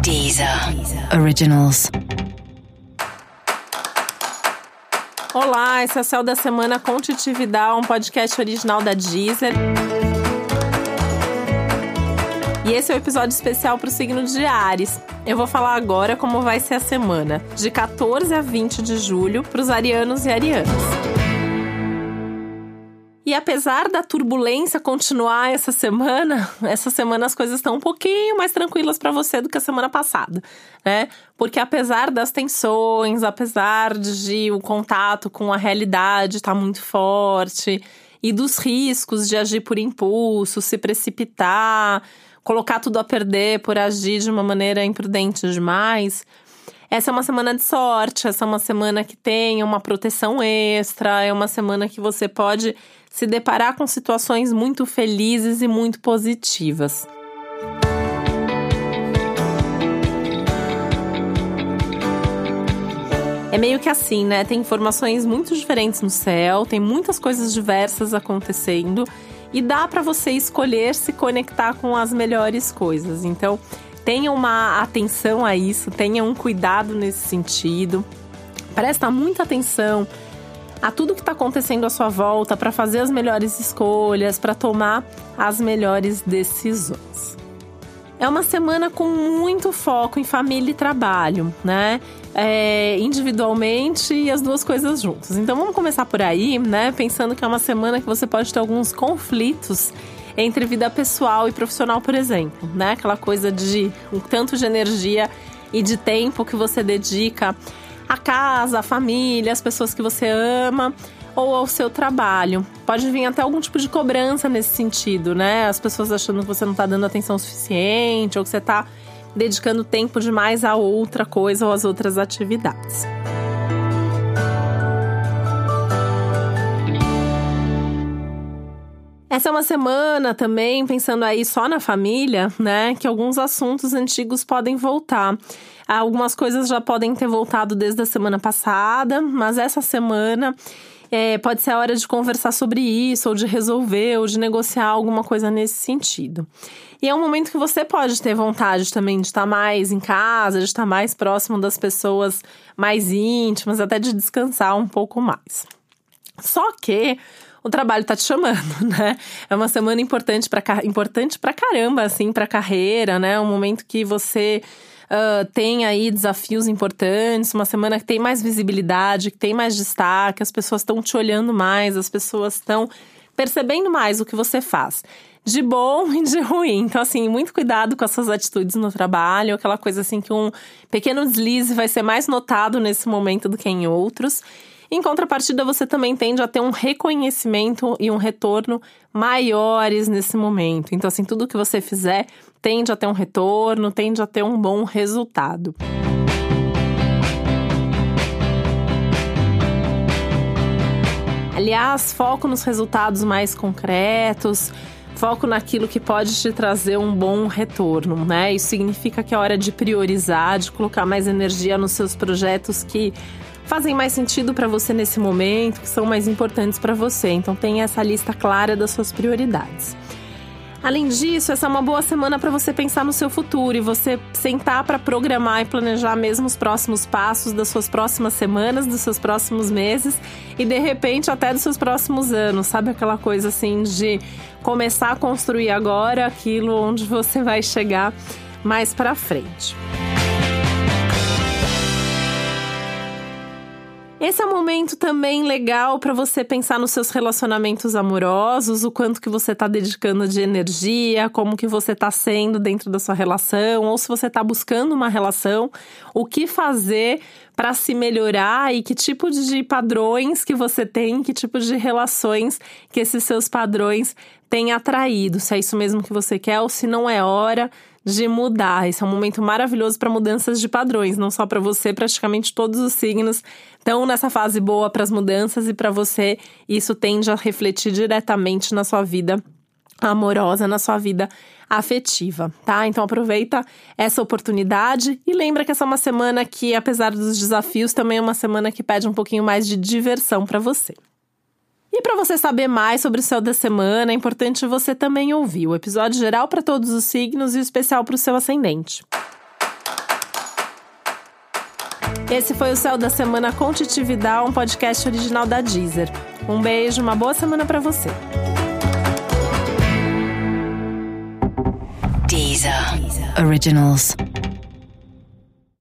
Deezer Originals. Olá, esse é o Céu da Semana com Titi Vidal, um podcast original da Deezer. E esse é o episódio especial para o signo de Áries. Eu vou falar agora como vai ser a semana, de 14 a 20 de julho, para os arianos e arianas. E apesar da turbulência continuar essa semana as coisas estão um pouquinho mais tranquilas para você do que a semana passada, né? Porque apesar das tensões, apesar de o contato com a realidade estar muito forte e dos riscos de agir por impulso, se precipitar, colocar tudo a perder por agir de uma maneira imprudente demais, essa é uma semana de sorte, essa é uma semana que tem uma proteção extra, é uma semana que você pode se deparar com situações muito felizes e muito positivas. É meio que assim, né? Tem informações muito diferentes no céu, tem muitas coisas diversas acontecendo e dá para você escolher se conectar com as melhores coisas. Então, tenha uma atenção a isso, tenha um cuidado nesse sentido. Presta muita atenção a tudo que está acontecendo à sua volta para fazer as melhores escolhas, para tomar as melhores decisões. É uma semana com muito foco em família e trabalho, né? Individualmente e as duas coisas juntas. Então vamos começar por aí, né? Pensando que é uma semana que você pode ter alguns conflitos entre vida pessoal e profissional, por exemplo, né? Aquela coisa de um tanto de energia e de tempo que você dedica à casa, à família, às pessoas que você ama ou ao seu trabalho. Pode vir até algum tipo de cobrança nesse sentido, né? As pessoas achando que você não está dando atenção suficiente ou que você está dedicando tempo demais a outra coisa ou às outras atividades. Essa é uma semana também, pensando aí só na família, né? Que alguns assuntos antigos podem voltar. Algumas coisas já podem ter voltado desde a semana passada, mas essa semana pode ser a hora de conversar sobre isso, ou de resolver, ou de negociar alguma coisa nesse sentido. E é um momento que você pode ter vontade também de estar mais em casa, de estar mais próximo das pessoas mais íntimas, até de descansar um pouco mais. Só que o trabalho tá te chamando, né? É uma semana importante pra caramba, assim, pra carreira, né? Um momento que você tem aí desafios importantes, uma semana que tem mais visibilidade, que tem mais destaque, as pessoas estão te olhando mais, as pessoas estão percebendo mais o que você faz, de bom e de ruim. Então, assim, muito cuidado com as suas atitudes no trabalho, aquela coisa assim que um pequeno deslize vai ser mais notado nesse momento do que em outros. Em contrapartida, você também tende a ter um reconhecimento e um retorno maiores nesse momento. Então, assim, tudo que você fizer tende a ter um retorno, tende a ter um bom resultado. Aliás, foco nos resultados mais concretos, foco naquilo que pode te trazer um bom retorno, né? Isso significa que é hora de priorizar, de colocar mais energia nos seus projetos que fazem mais sentido para você nesse momento, que são mais importantes para você. Então tenha essa lista clara das suas prioridades. Além disso, essa é uma boa semana para você pensar no seu futuro e você sentar para programar e planejar mesmo os próximos passos das suas próximas semanas, dos seus próximos meses e de repente até dos seus próximos anos. Sabe aquela coisa assim de começar a construir agora aquilo onde você vai chegar mais para frente. Esse é um momento também legal para você pensar nos seus relacionamentos amorosos, o quanto que você está dedicando de energia, como que você está sendo dentro da sua relação, ou se você está buscando uma relação, o que fazer para se melhorar e que tipo de padrões que você tem, que tipo de relações que esses seus padrões têm atraído, se é isso mesmo que você quer ou se não é hora de mudar. Esse é um momento maravilhoso para mudanças de padrões, não só para você, praticamente todos os signos estão nessa fase boa para as mudanças e para você isso tende a refletir diretamente na sua vida amorosa, na sua vida afetiva, tá? Então aproveita essa oportunidade e lembra que essa é uma semana que, apesar dos desafios, também é uma semana que pede um pouquinho mais de diversão para você. E para você saber mais sobre o céu da semana, é importante você também ouvir o episódio geral para todos os signos e o especial para o seu ascendente. Esse foi o Céu da Semana com Titi Vidal, um podcast original da Deezer. Um beijo, uma boa semana pra você. Deezer Originals.